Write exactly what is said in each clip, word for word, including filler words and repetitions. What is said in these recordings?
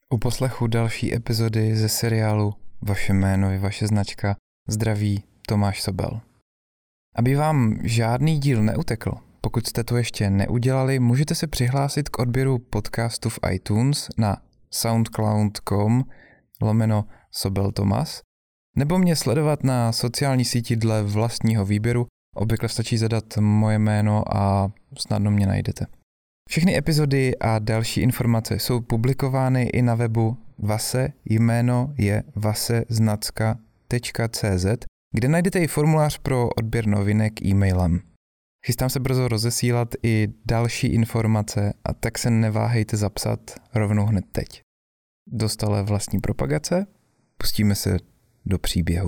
U poslechu další epizody ze seriálu Vaše jméno je vaše značka zdraví Tomáš Sobel. Aby vám žádný díl neutekl, pokud jste to ještě neudělali, můžete se přihlásit k odběru podcastu v iTunes na soundcloud tečka com lomeno Sobel Tomas, nebo mě sledovat na sociální síti dle vlastního výběru. Obvykle stačí zadat moje jméno a snadno mě najdete. Všechny epizody a další informace jsou publikovány i na webu vase jméno je vase znacka tečka cé zet, kde najdete i formulář pro odběr novinek e-mailem. Chystám se brzo rozesílat i další informace, a tak se neváhejte zapsat rovnou hned teď. Dostala vlastní propagace? Pustíme se do příběhu.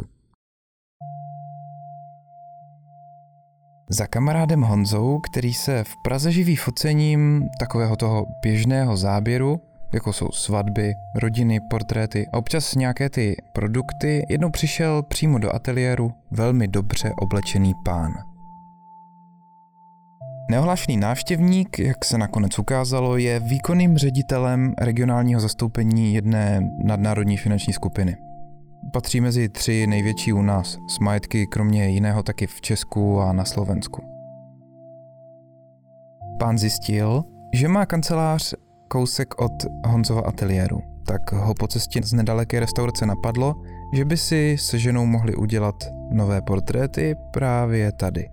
Za kamarádem Honzou, který se v Praze živí focením takového toho běžného záběru, jako jsou svatby, rodiny, portréty a občas nějaké ty produkty, jednou přišel přímo do ateliéru velmi dobře oblečený pán. Neohlášený návštěvník, jak se nakonec ukázalo, je výkonným ředitelem regionálního zastoupení jedné nadnárodní finanční skupiny. Patří mezi tři největší u nás, s majetky kromě jiného taky v Česku a na Slovensku. Pán zjistil, že má kancelář kousek od Honzova ateliéru, tak ho po cestě z nedaleké restaurace napadlo, že by si se ženou mohli udělat nové portréty právě tady.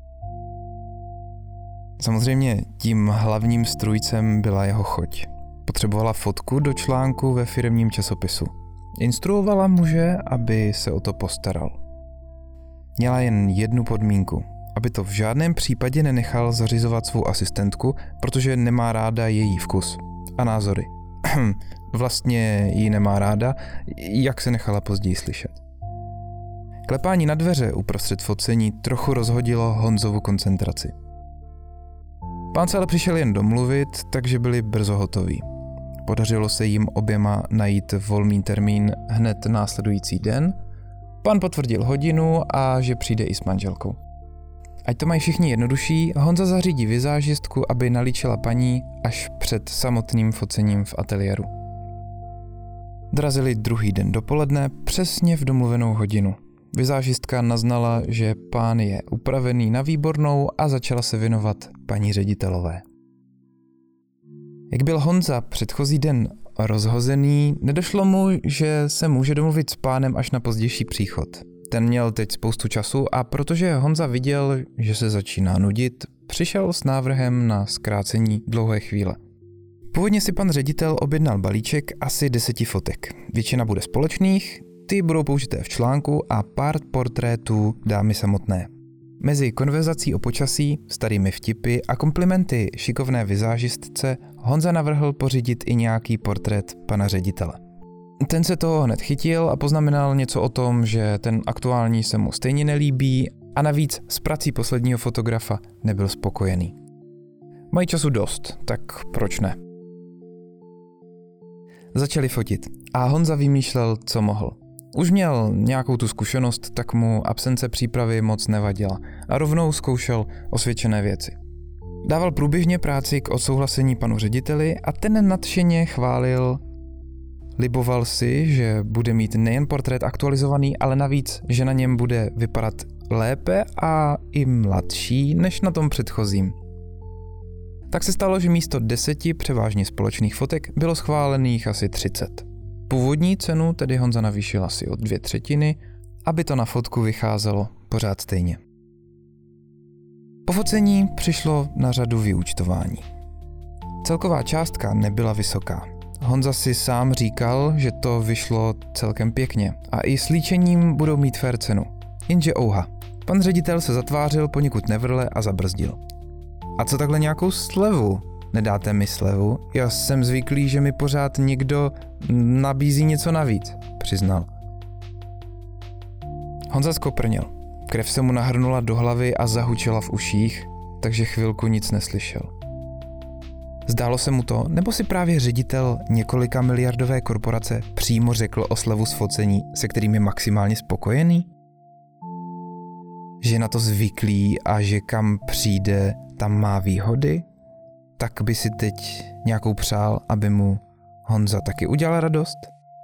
Samozřejmě tím hlavním strůjcem byla jeho choť. Potřebovala fotku do článku ve firemním časopisu. Instruovala muže, aby se o to postaral. Měla jen jednu podmínku, aby to v žádném případě nenechal zařizovat svou asistentku, protože nemá ráda její vkus a názory. Vlastně ji nemá ráda, jak se nechala později slyšet. Klepání na dveře uprostřed focení trochu rozhodilo Honzovu koncentraci. Pán se ale přišel jen domluvit, takže byli brzo hotoví. Podařilo se jim oběma najít volný termín hned následující den. Pan potvrdil hodinu a že přijde i s manželkou. Ať to mají všichni jednodušší, Honza zařídí vizážistku, aby nalíčila paní až před samotným focením v ateliéru. Dorazili druhý den dopoledne přesně v domluvenou hodinu. Vizážistka naznala, že pán je upravený na výbornou a začala se věnovat paní ředitelové. Jak byl Honza předchozí den rozhozený, nedošlo mu, že se může domluvit s pánem až na pozdější příchod. Ten měl teď spoustu času a protože Honza viděl, že se začíná nudit, přišel s návrhem na zkrácení dlouhé chvíle. Původně si pan ředitel objednal balíček asi deseti fotek. Většina bude společných, ty budou použité v článku a pár portrétů dámy samotné. Mezi konverzací o počasí, starými vtipy a komplimenty šikovné vizážistce Honza navrhl pořídit i nějaký portrét pana ředitele. Ten se toho hned chytil a poznamenal něco o tom, že ten aktuální se mu stejně nelíbí a navíc s prací posledního fotografa nebyl spokojený. Mají času dost, tak proč ne? Začali fotit a Honza vymýšlel, co mohl. Už měl nějakou tu zkušenost, tak mu absence přípravy moc nevadila a rovnou zkoušel osvědčené věci. Dával průběžně práci k odsouhlasení panu řediteli a ten nadšeně chválil. Liboval si, že bude mít nejen portrét aktualizovaný, ale navíc, že na něm bude vypadat lépe a i mladší než na tom předchozím. Tak se stalo, že místo deseti převážně společných fotek bylo schválených asi třicet. Původní cenu tedy Honza navýšil asi o dvě třetiny, aby to na fotku vycházelo pořád stejně. Po focení přišlo na řadu vyúčtování. Celková částka nebyla vysoká. Honza si sám říkal, že to vyšlo celkem pěkně a i s líčením budou mít fair cenu. Jenže ouha. Pan ředitel se zatvářil poněkud nevrle a zabrzdil. A co takhle nějakou slevu? Nedáte mi slevu? Já jsem zvyklý, že mi pořád někdo nabízí něco navíc, přiznal. Honza zkoprnil. Krev se mu nahrnula do hlavy a zahučela v uších, takže chvilku nic neslyšel. Zdálo se mu to, nebo si právě ředitel několika miliardové korporace přímo řekl o slevu z focení, se kterým je maximálně spokojený? Že je na to zvyklý a že kam přijde, tam má výhody? Tak by si teď nějakou přál, aby mu Honza taky udělal radost?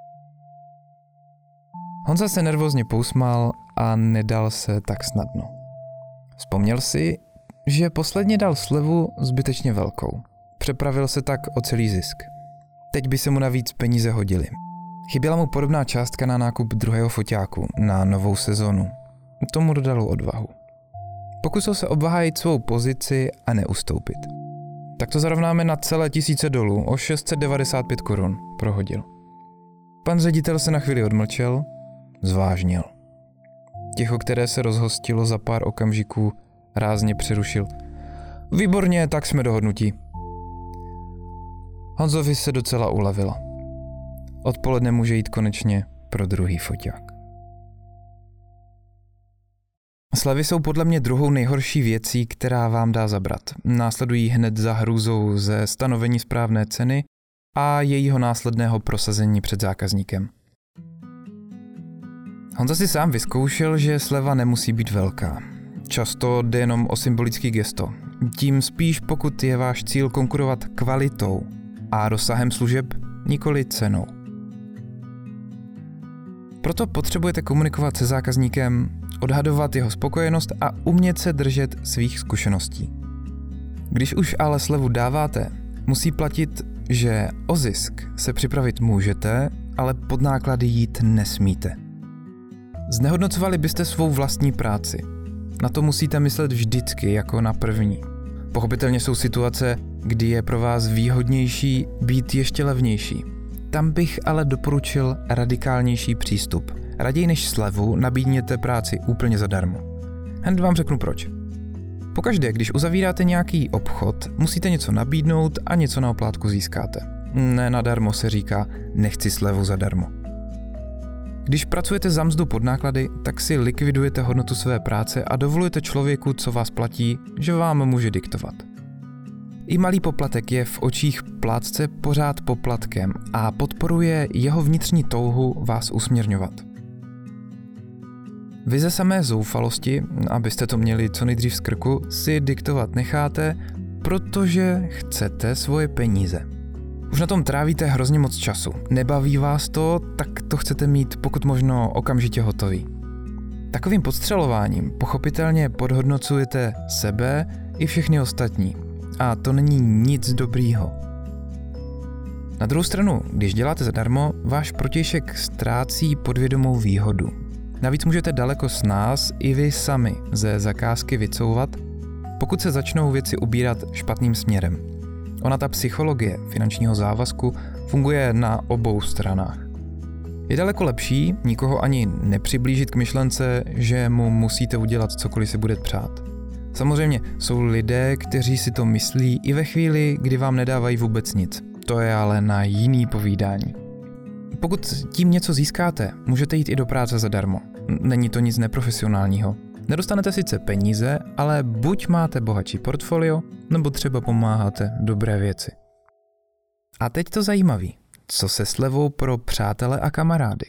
Honza se nervózně pousmál a nedal se tak snadno. Vzpomněl si, že posledně dal slevu zbytečně velkou. Přepravil se tak o celý zisk. Teď by se mu navíc peníze hodily. Chyběla mu podobná částka na nákup druhého foťáku na novou sezonu. Tomu dodalo odvahu. Pokusil se obhájit svou pozici a neustoupit. Tak to zarovnáme na celé tisíce dolů o šest set devadesát pět korun, prohodil. Pan ředitel se na chvíli odmlčel, zvážnil. Ticho, které se rozhostilo za pár okamžiků, rázně přerušil. Výborně, tak jsme dohodnutí. Honzovi se docela ulevilo. Odpoledne může jít konečně pro druhý foťák. Slevy jsou podle mě druhou nejhorší věcí, která vám dá zabrat. Následují hned za hrůzou ze stanovení správné ceny a jejího následného prosazení před zákazníkem. Honza si sám vyzkoušel, že sleva nemusí být velká. Často jde jenom o symbolický gesto. Tím spíš, pokud je váš cíl konkurovat kvalitou a rozsahem služeb, nikoli cenou. Proto potřebujete komunikovat se zákazníkem, odhadovat jeho spokojenost a umět se držet svých zkušeností. Když už ale slevu dáváte, musí platit, že o zisk se připravit můžete, ale pod náklady jít nesmíte. Znehodnocovali byste svou vlastní práci. Na to musíte myslet vždycky jako na první. Pochopitelně jsou situace, kdy je pro vás výhodnější být ještě levnější. Tam bych ale doporučil radikálnější přístup. Raději než slevu nabídněte práci úplně zadarmo. Hned vám řeknu proč. Pokaždé, když uzavíráte nějaký obchod, musíte něco nabídnout a něco na oplátku získáte. Ne nadarmo se říká, nechci slevu zadarmo. Když pracujete za mzdu pod náklady, tak si likvidujete hodnotu své práce a dovolujete člověku, co vás platí, že vám může diktovat. I malý poplatek je v očích plátce pořád poplatkem a podporuje jeho vnitřní touhu vás usměrňovat. Vy ze samé zoufalosti, abyste to měli co nejdřív z krku, si diktovat necháte, protože chcete svoje peníze. Už na tom trávíte hrozně moc času. Nebaví vás to, tak to chcete mít pokud možno okamžitě hotový. Takovým podstřelováním pochopitelně podhodnocujete sebe i všechny ostatní. A to není nic dobrýho. Na druhou stranu, když děláte zadarmo, váš protějšek ztrácí podvědomou výhodu. Navíc můžete daleko s nás i vy sami ze zakázky vycouvat, pokud se začnou věci ubírat špatným směrem. Ona ta psychologie finančního závazku funguje na obou stranách. Je daleko lepší nikoho ani nepřiblížit k myšlence, že mu musíte udělat cokoliv si bude přát. Samozřejmě jsou lidé, kteří si to myslí i ve chvíli, kdy vám nedávají vůbec nic. To je ale na jiný povídání. Pokud tím něco získáte, můžete jít i do práce zadarmo. Není to nic neprofesionálního. Nedostanete sice peníze, ale buď máte bohatší portfolio, nebo třeba pomáháte dobré věci. A teď to zajímavý. Co se slevou pro přátele a kamarády?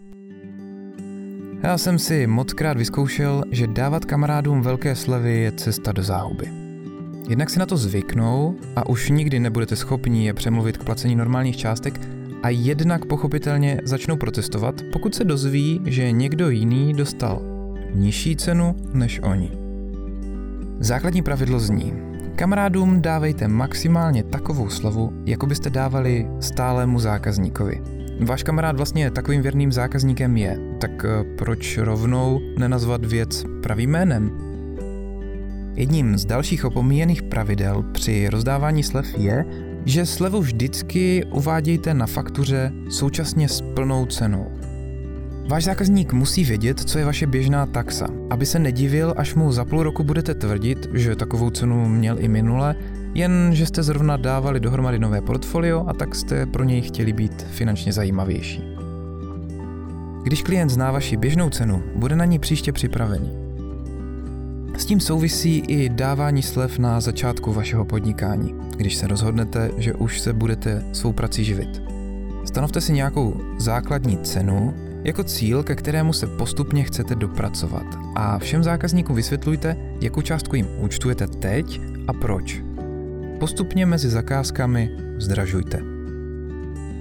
Já jsem si mockrát vyzkoušel, že dávat kamarádům velké slevy je cesta do záhuby. Jednak si na to zvyknou a už nikdy nebudete schopni je přemluvit k placení normálních částek a jednak pochopitelně začnou protestovat, pokud se dozví, že někdo jiný dostal nižší cenu než oni. Základní pravidlo zní: kamarádům dávejte maximálně takovou slevu, jako byste dávali stálému zákazníkovi. Váš kamarád vlastně takovým věrným zákazníkem je, tak proč rovnou nenazvat věc pravým jménem? Jedním z dalších opomíjených pravidel při rozdávání slev je, že slevu vždycky uvádějte na faktuře současně s plnou cenou. Váš zákazník musí vědět, co je vaše běžná taxa, aby se nedivil, až mu za půl roku budete tvrdit, že takovou cenu měl i minule, jen že jste zrovna dávali dohromady nové portfolio a tak jste pro něj chtěli být finančně zajímavější. Když klient zná vaši běžnou cenu, bude na ní příště připravený. S tím souvisí i dávání slev na začátku vašeho podnikání, když se rozhodnete, že už se budete svou prací živit. Stanovte si nějakou základní cenu jako cíl, ke kterému se postupně chcete dopracovat a všem zákazníkům vysvětlujte, jakou částku jim účtujete teď a proč. Postupně mezi zakázkami zdražujte.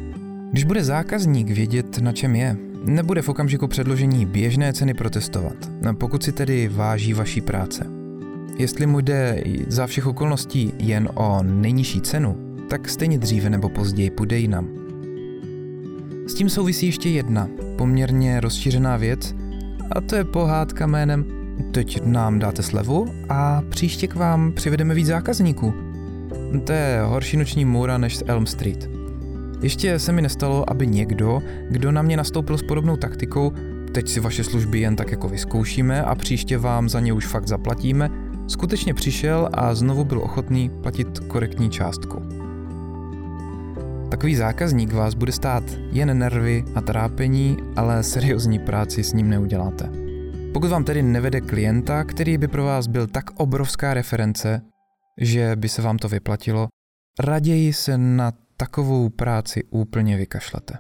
Když bude zákazník vědět, na čem je, nebude v okamžiku předložení běžné ceny protestovat, pokud si tedy váží vaší práce. Jestli mu jde za všech okolností jen o nejnižší cenu, tak stejně dříve nebo později půjde jinam. S tím souvisí ještě jedna, poměrně rozšířená věc, a to je pohádka jménem teď nám dáte slevu a příště k vám přivedeme víc zákazníků. To je horší noční můra než z Elm Street. Ještě se mi nestalo, aby někdo, kdo na mě nastoupil s podobnou taktikou, teď si vaše služby jen tak jako vyzkoušíme a příště vám za ně už fakt zaplatíme, skutečně přišel a znovu byl ochotný platit korektní částku. Takový zákazník vás bude stát jen nervy a trápení, ale seriózní práci s ním neuděláte. Pokud vám tedy nevede klienta, který by pro vás byl tak obrovská reference, že by se vám to vyplatilo, raději se na takovou práci úplně vykašlete.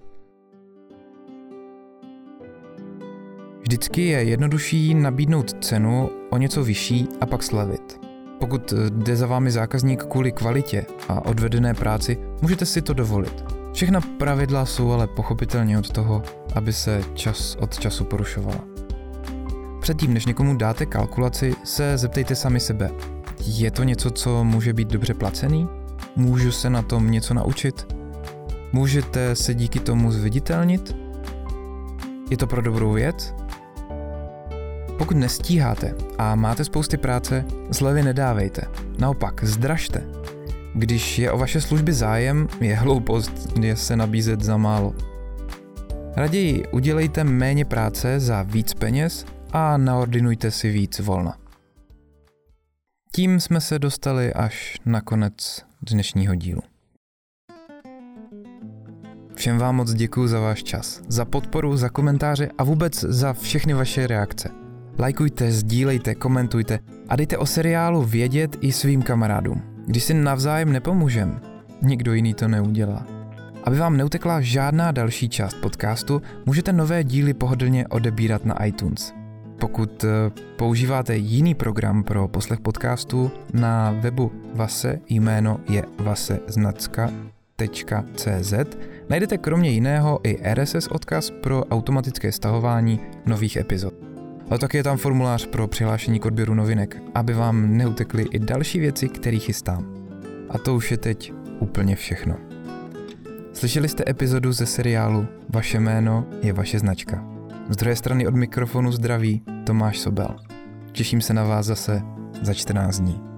Vždycky je jednodušší nabídnout cenu o něco vyšší a pak slevit. Pokud jde za vámi zákazník kvůli kvalitě a odvedené práci, můžete si to dovolit. Všechna pravidla jsou ale pochopitelně od toho, aby se čas od času porušovala. Předtím, než někomu dáte kalkulaci, se zeptejte sami sebe. Je to něco, co může být dobře placený? Můžu se na tom něco naučit? Můžete se díky tomu zviditelnit? Je to pro dobrou věc? Pokud nestíháte a máte spousty práce, slevy nedávejte. Naopak, zdražte. Když je o vaše služby zájem, je hloupost, je se nabízet za málo. Raději udělejte méně práce za víc peněz a naordinujte si víc volna. Tím jsme se dostali až na konec dnešního dílu. Všem vám moc děkuju za váš čas, za podporu, za komentáře a vůbec za všechny vaše reakce. Lajkujte, sdílejte, komentujte a dejte o seriálu vědět i svým kamarádům. Když si navzájem nepomůžem, nikdo jiný to neudělá. Aby vám neutekla žádná další část podcastu, můžete nové díly pohodlně odebírat na iTunes. Pokud používáte jiný program pro poslech podcastu, na webu Vase jméno je vaseznacka tečka cé zet najdete kromě jiného i R S S odkaz pro automatické stahování nových epizod. A taky je tam formulář pro přihlášení k odběru novinek, aby vám neutekly i další věci, které chystám. A to už je teď úplně všechno. Slyšeli jste epizodu ze seriálu Vaše jméno je vaše značka. Z druhé strany od mikrofonu zdraví Tomáš Sobel. Těším se na vás zase za čtrnáct dní.